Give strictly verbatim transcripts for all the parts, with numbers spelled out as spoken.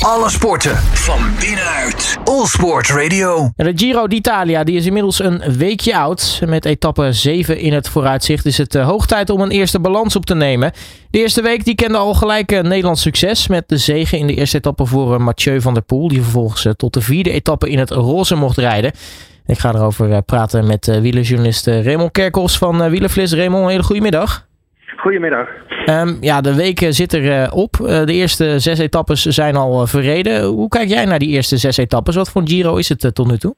Alle sporten van binnenuit. All Sport Radio. De Giro d'Italia die is inmiddels een weekje oud. Met etappe zeven in het vooruitzicht is het hoog tijd om een eerste balans op te nemen. De eerste week die kende al gelijk een Nederlands succes met de zege in de eerste etappe voor Mathieu van der Poel. Die vervolgens tot de vierde etappe in het roze mocht rijden. Ik ga erover praten met wielerjournalist Raymond Kerkhoffs van Wielerflits. Raymond, een hele goede middag. Goedemiddag. Um, ja, de week zit er uh, op. Uh, de eerste zes etappes zijn al uh, verreden. Hoe kijk jij naar die eerste zes etappes? Wat voor een Giro is het uh, tot nu toe?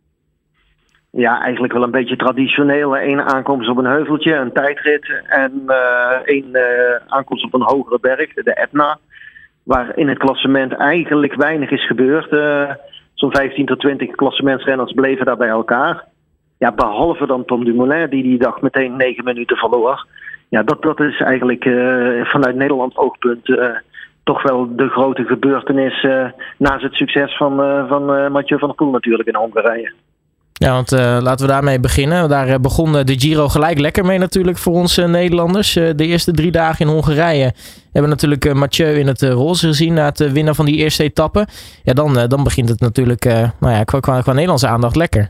Ja, eigenlijk wel een beetje traditioneel. Eén aankomst op een heuveltje, een tijdrit en uh, één uh, aankomst op een hogere berg, de Etna. Waar in het klassement eigenlijk weinig is gebeurd. Uh, Zo'n vijftien tot twintig klassementsrenners bleven daar bij elkaar. Ja, behalve dan Tom Dumoulin, die die dag meteen negen minuten verloor. Ja, dat, dat is eigenlijk uh, vanuit Nederlands oogpunt uh, toch wel de grote gebeurtenis uh, naast het succes van, uh, van uh, Mathieu van der Poel natuurlijk in Hongarije. Ja, want uh, laten we daarmee beginnen. Daar uh, begon uh, de Giro gelijk lekker mee natuurlijk voor ons uh, Nederlanders. Uh, de eerste drie dagen in Hongarije hebben we natuurlijk uh, Mathieu in het uh, roze gezien na het uh, winnen van die eerste etappe. Ja, dan, uh, dan begint het natuurlijk uh, nou ja, qua, qua, qua Nederlandse aandacht lekker.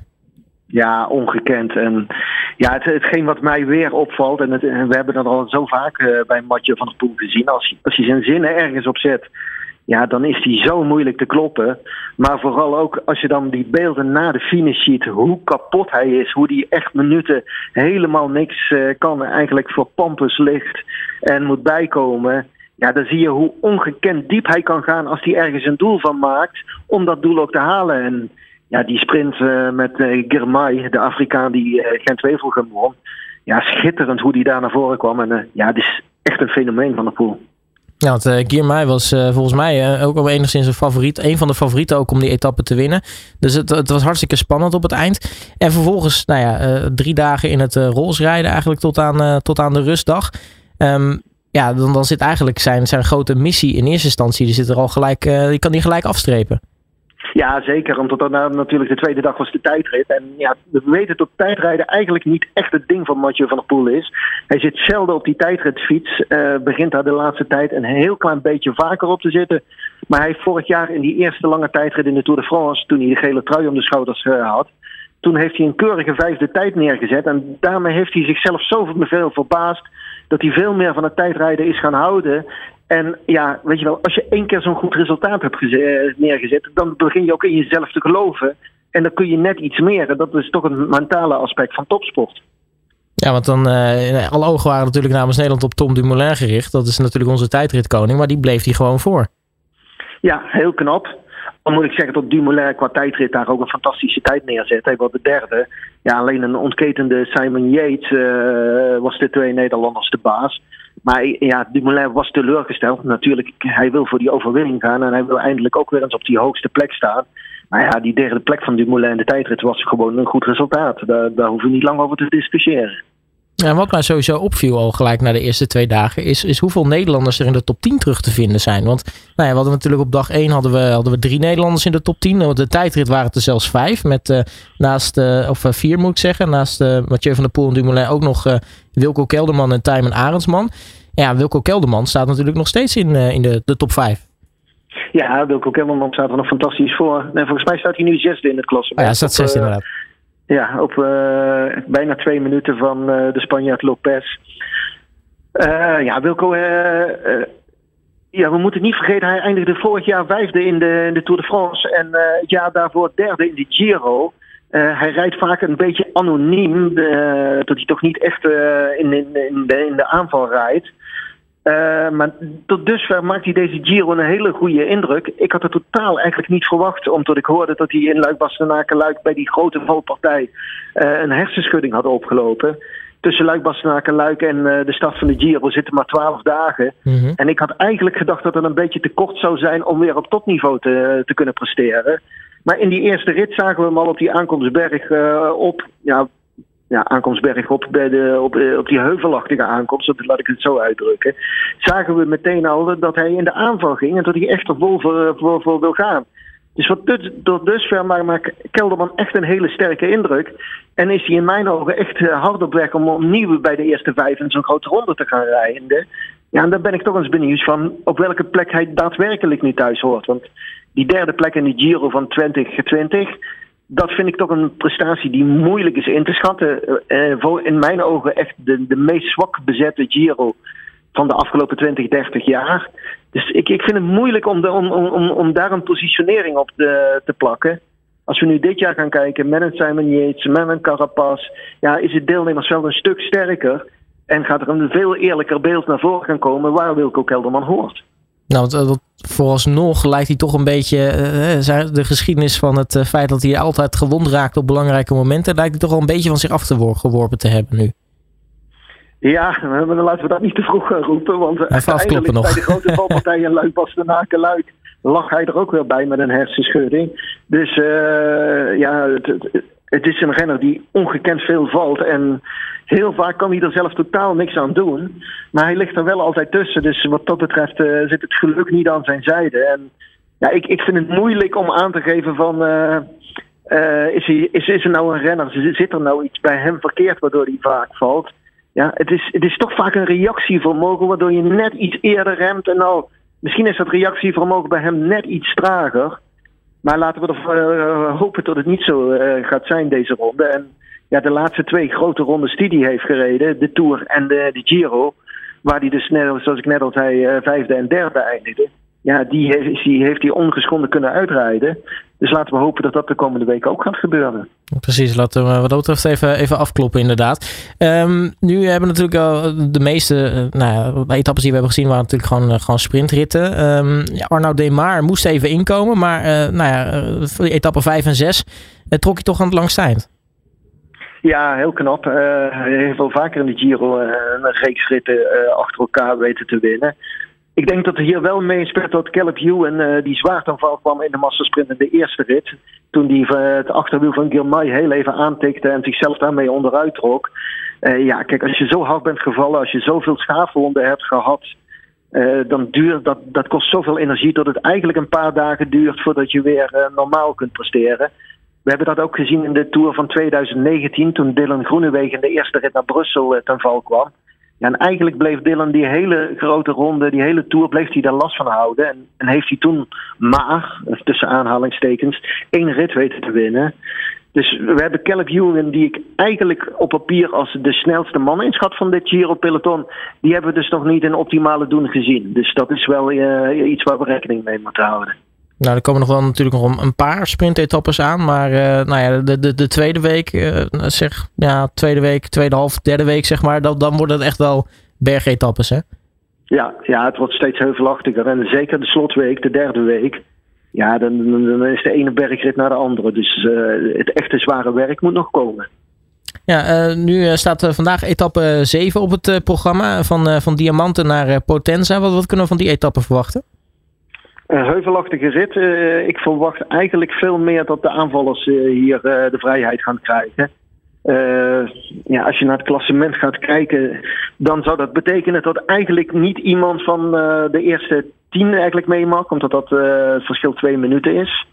Ja, ongekend. En ja, het, hetgeen wat mij weer opvalt, en, het, en we hebben dat al zo vaak uh, bij Mathieu van der Poel gezien, als, als hij zijn zinnen ergens op zet, ja, dan is hij zo moeilijk te kloppen. Maar vooral ook als je dan die beelden na de finish ziet, hoe kapot hij is, hoe hij echt minuten helemaal niks uh, kan, eigenlijk voor pampus ligt en moet bijkomen. Ja, dan zie je hoe ongekend diep hij kan gaan als hij ergens een doel van maakt, om dat doel ook te halen. En ja, die sprint uh, met uh, Girmay, de Afrikaan die uh, Gent-Wevelgem won. Ja, schitterend hoe die daar naar voren kwam. En uh, ja, het is echt een fenomeen van de Poel. Ja, want uh, Girmay was uh, volgens mij uh, ook al enigszins een favoriet. Een van de favorieten ook om die etappe te winnen. Dus het, het was hartstikke spannend op het eind. En vervolgens, nou ja, uh, drie dagen in het uh, roze rijden eigenlijk tot aan, uh, tot aan de rustdag. Um, ja, dan, dan zit eigenlijk zijn, zijn grote missie in eerste instantie. Die zit er al gelijk, uh, die kan die gelijk afstrepen. Ja, zeker. Omdat daarna natuurlijk de tweede dag was de tijdrit. En ja, we weten dat tijdrijden eigenlijk niet echt het ding van Mathieu van der Poel is. Hij zit zelden op die tijdritfiets. Uh, begint daar de laatste tijd een heel klein beetje vaker op te zitten. Maar hij heeft vorig jaar in die eerste lange tijdrit in de Tour de France, toen hij de gele trui om de schouders uh, had, toen heeft hij een keurige vijfde tijd neergezet. En daarmee heeft hij zichzelf zoveel verbaasd dat hij veel meer van het tijdrijden is gaan houden. En ja, weet je wel, als je één keer zo'n goed resultaat hebt geze- neergezet, dan begin je ook in jezelf te geloven. En dan kun je net iets meer. En dat is toch een mentale aspect van topsport. Ja, want dan, uh, alle ogen waren natuurlijk namens Nederland op Tom Dumoulin gericht. Dat is natuurlijk onze tijdritkoning, maar die bleef hij gewoon voor. Ja, heel knap. Dan moet ik zeggen dat Dumoulin qua tijdrit daar ook een fantastische tijd neerzet. Hij was de derde. Ja, alleen een ontketende Simon Yates uh, was de twee Nederlanders de baas. Maar ja, Dumoulin was teleurgesteld. Natuurlijk, hij wil voor die overwinning gaan. En hij wil eindelijk ook weer eens op die hoogste plek staan. Maar ja, die derde plek van Dumoulin in de tijdrit was gewoon een goed resultaat. Daar, daar hoeven we niet lang over te discussiëren. Ja, wat mij sowieso opviel al gelijk na de eerste twee dagen is, is hoeveel Nederlanders er in de top tien terug te vinden zijn. Want nou ja, we hadden natuurlijk op dag één hadden we, hadden we drie Nederlanders in de top tien. Op de tijdrit waren het er zelfs vijf. Met uh, naast, uh, of uh, vier moet ik zeggen. Naast uh, Mathieu van der Poel en Dumoulin ook nog uh, Wilco Kelderman en Tijmen Arendsman. Ja, Wilco Kelderman staat natuurlijk nog steeds in, uh, in de, de top vijf. Ja, Wilco Kelderman staat er nog fantastisch voor. En volgens mij staat hij nu zesde in het klassement. Oh ja, staat zesde uh, inderdaad. Ja, op uh, bijna twee minuten van uh, de Spanjaard Lopez. Uh, ja, Wilco, uh, uh, ja, we moeten niet vergeten, hij eindigde vorig jaar vijfde in de, in de Tour de France. En uh, het jaar daarvoor derde in de Giro. Uh, hij rijdt vaak een beetje anoniem, uh, dat hij toch niet echt uh, in, in, in, de, in de aanval rijdt. Uh, maar tot dusver maakt hij deze Giro een hele goede indruk. Ik had het totaal eigenlijk niet verwacht, omdat ik hoorde dat hij in Luik-Bastenaken-Luik bij die grote valpartij uh, een hersenschudding had opgelopen. Tussen Luik-Bastenaken-Luik en uh, de start van de Giro zitten maar twaalf dagen. Mm-hmm. En ik had eigenlijk gedacht dat het een beetje te kort zou zijn om weer op topniveau te, te kunnen presteren. Maar in die eerste rit zagen we hem al op die aankomstberg uh, op... Ja, Ja, aankomstberg op, bij de, op, op die heuvelachtige aankomst, dat laat ik het zo uitdrukken, zagen we meteen al dat hij in de aanval ging en dat hij echt er vol voor, voor, voor wil gaan. Dus wat tot dusver maakt Kelderman echt een hele sterke indruk. En is hij in mijn ogen echt hard op weg om opnieuw bij de eerste vijf in zo'n grote ronde te gaan rijden. Ja, en daar ben ik toch eens benieuwd van op welke plek hij daadwerkelijk nu thuis hoort. Want die derde plek in de Giro van twintig twintig, dat vind ik toch een prestatie die moeilijk is in te schatten. Uh, voor in mijn ogen echt de, de meest zwak bezette Giro van de afgelopen twintig, dertig jaar. Dus ik, ik vind het moeilijk om, de, om, om, om daar een positionering op te, te plakken. Als we nu dit jaar gaan kijken met een Simon Yates, met een Carapaz, ja, is het deelnemersveld een stuk sterker. En gaat er een veel eerlijker beeld naar voren gaan komen waar Wilco Kelderman hoort. Nou, want, uh, vooralsnog lijkt hij toch een beetje, uh, de geschiedenis van het uh, feit dat hij altijd gewond raakt op belangrijke momenten, lijkt hij toch al een beetje van zich af te wor- geworpen te hebben nu. Ja, maar dan laten we dat niet te vroeg gaan roepen. Want uiteindelijk bij de grote valpartijen Luik, Bastenaken, Luik lag hij er ook weer bij met een hersenschudding. Dus uh, ja, het, het, het is een renner die ongekend veel valt. En heel vaak kan hij er zelf totaal niks aan doen. Maar hij ligt er wel altijd tussen. Dus wat dat betreft uh, zit het geluk niet aan zijn zijde. En ja, ik, ik vind het moeilijk om aan te geven van... Uh, uh, is, hij, is, is er nou een renner? Zit er nou iets bij hem verkeerd waardoor hij vaak valt? Ja, het is, het is toch vaak een reactievermogen waardoor je net iets eerder remt. En nou, misschien is dat reactievermogen bij hem net iets trager. Maar laten we er uh, hopen dat het niet zo uh, gaat zijn deze ronde. En ja, de laatste twee grote rondes die hij heeft gereden, de Tour en de, de Giro, waar hij dus, net, zoals ik net al zei, uh, vijfde en derde eindigde. Ja, die heeft, die heeft hij ongeschonden kunnen uitrijden. Dus laten we hopen dat dat de komende week ook gaat gebeuren. Precies, laten we wat dat betreft even, even afkloppen inderdaad. Um, nu hebben we natuurlijk al de meeste uh, nou ja, de etappes die we hebben gezien waren natuurlijk gewoon, uh, gewoon sprintritten. Um, ja, Arnaud Démare moest even inkomen, maar uh, nou ja, uh, voor die etappe vijf en zes uh, trok hij toch aan het langste eind. Ja, heel knap. Uh, hij heeft wel vaker in de Giro uh, een reeks ritten uh, achter elkaar weten te winnen. Ik denk dat er hier wel mee speelt dat Caleb Ewan uh, die zwaarteaanval kwam in de massasprint in de eerste rit. Toen hij uh, het achterwiel van Girmay heel even aantikte en zichzelf daarmee onderuit trok. Uh, ja, kijk, als je zo hard bent gevallen, als je zoveel schaafwonden hebt gehad, uh, dan duurt dat, dat kost zoveel energie dat het eigenlijk een paar dagen duurt voordat je weer uh, normaal kunt presteren. We hebben dat ook gezien in de Tour van twintig negentien, toen Dylan Groenewegen in de eerste rit naar Brussel uh, ten val kwam. Ja, en eigenlijk bleef Dylan die hele grote ronde, die hele Tour, bleef hij daar last van houden. En, en heeft hij toen maar, tussen aanhalingstekens, één rit weten te winnen. Dus we hebben Caleb Ewan, die ik eigenlijk op papier als de snelste man inschat van dit Giro-peloton. Die hebben we dus nog niet in optimale doen gezien. Dus dat is wel uh, iets waar we rekening mee moeten houden. Nou, er komen nog wel natuurlijk nog een paar sprintetappes aan. Maar uh, nou ja, de, de, de tweede week, uh, zeg, ja, tweede week, tweede half, derde week, zeg maar. Dan, dan worden het echt wel bergetappes, hè? Ja, ja, het wordt steeds heuvelachtiger. En zeker de slotweek, de derde week. Ja, dan, dan is de ene bergrit naar de andere. Dus uh, het echte zware werk moet nog komen. Ja, uh, nu uh, staat uh, vandaag etappe zeven op het uh, programma. Van, uh, van Diamanten naar uh, Potenza. Wat, wat kunnen we van die etappe verwachten? Een heuvelachtige rit. Uh, ik verwacht eigenlijk veel meer dat de aanvallers uh, hier uh, de vrijheid gaan krijgen. Uh, ja, als je naar het klassement gaat kijken, dan zou dat betekenen dat eigenlijk niet iemand van uh, de eerste tien eigenlijk mee mag, omdat dat uh, het verschil twee minuten is.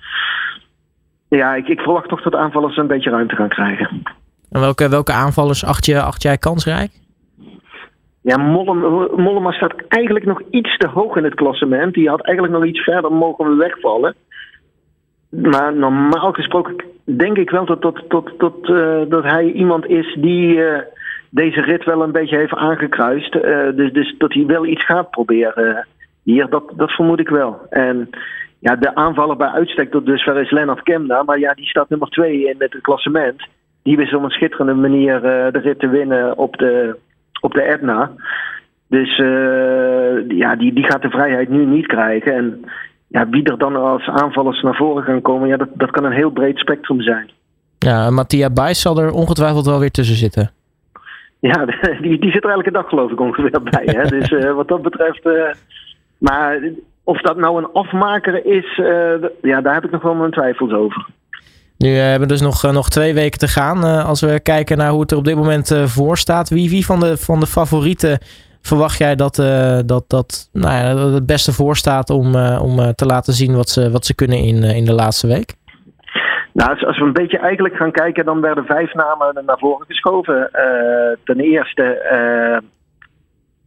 Ja, ik, ik verwacht toch dat de aanvallers een beetje ruimte gaan krijgen. En welke, welke aanvallers acht, je, acht jij kansrijk? Ja, Mollema, Mollema staat eigenlijk nog iets te hoog in het klassement. Die had eigenlijk nog iets verder mogen wegvallen. Maar normaal gesproken denk ik wel dat, dat, dat, dat, uh, dat hij iemand is die uh, deze rit wel een beetje heeft aangekruist. Uh, dus, dus dat hij wel iets gaat proberen uh, hier, dat, dat vermoed ik wel. En ja, de aanvaller bij uitstek tot dusver is Lennart Kemna. Maar ja, die staat nummer twee in het klassement. Die wist op een schitterende manier uh, de rit te winnen op de... op de Etna. Dus uh, ja, die, die gaat de vrijheid nu niet krijgen. En ja, wie er dan als aanvallers naar voren gaan komen, ja, dat, dat kan een heel breed spectrum zijn. Ja, Mattia Bijs zal er ongetwijfeld wel weer tussen zitten. Ja, die, die zit er elke dag geloof ik ongeveer bij. Hè? Dus uh, wat dat betreft... Uh, maar of dat nou een afmaker is, uh, ja, daar heb ik nog wel mijn twijfels over. Nu uh, hebben we dus nog, uh, nog twee weken te gaan. Uh, als we kijken naar hoe het er op dit moment uh, voor staat. Wie, wie van, de, van de favorieten verwacht jij dat, uh, dat, dat nou ja, het beste voor staat om, uh, om uh, te laten zien wat ze, wat ze kunnen in, uh, in de laatste week? Nou, als, als we een beetje eigenlijk gaan kijken, dan werden vijf namen naar voren geschoven. Uh, ten eerste uh,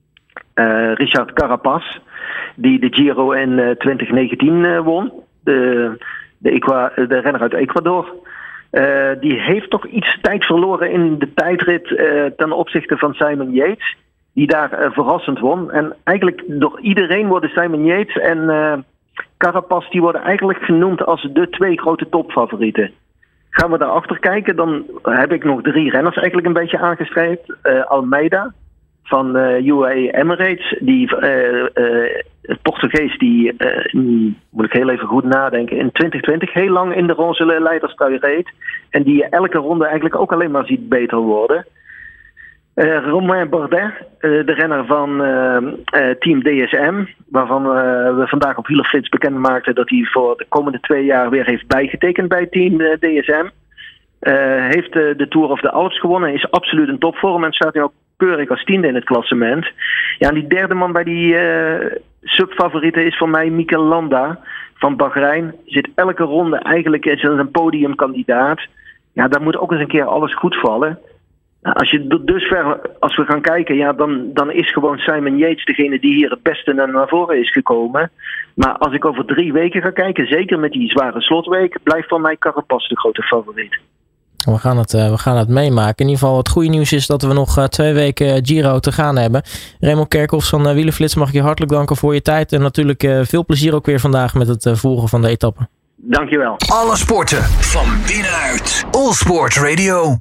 uh, Richard Carapaz, die de Giro in uh, twintig negentien uh, won. De, de, Equa, de renner uit Ecuador. Uh, die heeft toch iets tijd verloren in de tijdrit uh, ten opzichte van Simon Yates. Die daar uh, verrassend won. En eigenlijk door iedereen worden Simon Yates en uh, Carapaz, die worden eigenlijk genoemd als de twee grote topfavorieten. Gaan we daarachter kijken, dan heb ik nog drie renners eigenlijk een beetje aangestreept. Uh, Almeida van uh, U A E Emirates, die uh, uh, het Portugees, die, uh, moet ik heel even goed nadenken, in twintig twintig heel lang in de roze leiderstrui reed. En die elke ronde eigenlijk ook alleen maar ziet beter worden. Uh, Romain Bardet, uh, de renner van uh, uh, team D S M, waarvan uh, we vandaag op Wielerflits bekend maakten dat hij voor de komende twee jaar weer heeft bijgetekend bij team uh, D S M. Uh, heeft uh, de Tour of the Alps gewonnen, is absoluut in topvorm en staat nu ook keurig als tiende in het klassement. Ja, en die derde man bij die uh, subfavorieten is voor mij Mikel Landa van Bahrein. Zit elke ronde eigenlijk is een podiumkandidaat. Ja, daar moet ook eens een keer alles goed vallen. Als je dus ver, als we gaan kijken, ja, dan, dan is gewoon Simon Yates degene die hier het beste naar voren is gekomen. Maar als ik over drie weken ga kijken, zeker met die zware slotweek, blijft voor mij Carapaz de grote favoriet. We gaan, het, uh, we gaan het meemaken. In ieder geval het goede nieuws is dat we nog uh, twee weken Giro te gaan hebben. Raymond Kerkhoffs van uh, Wielerflits, mag ik je hartelijk danken voor je tijd. En natuurlijk uh, veel plezier ook weer vandaag met het uh, volgen van de etappe. Dankjewel. Alle sporten van binnenuit. All Sport Radio.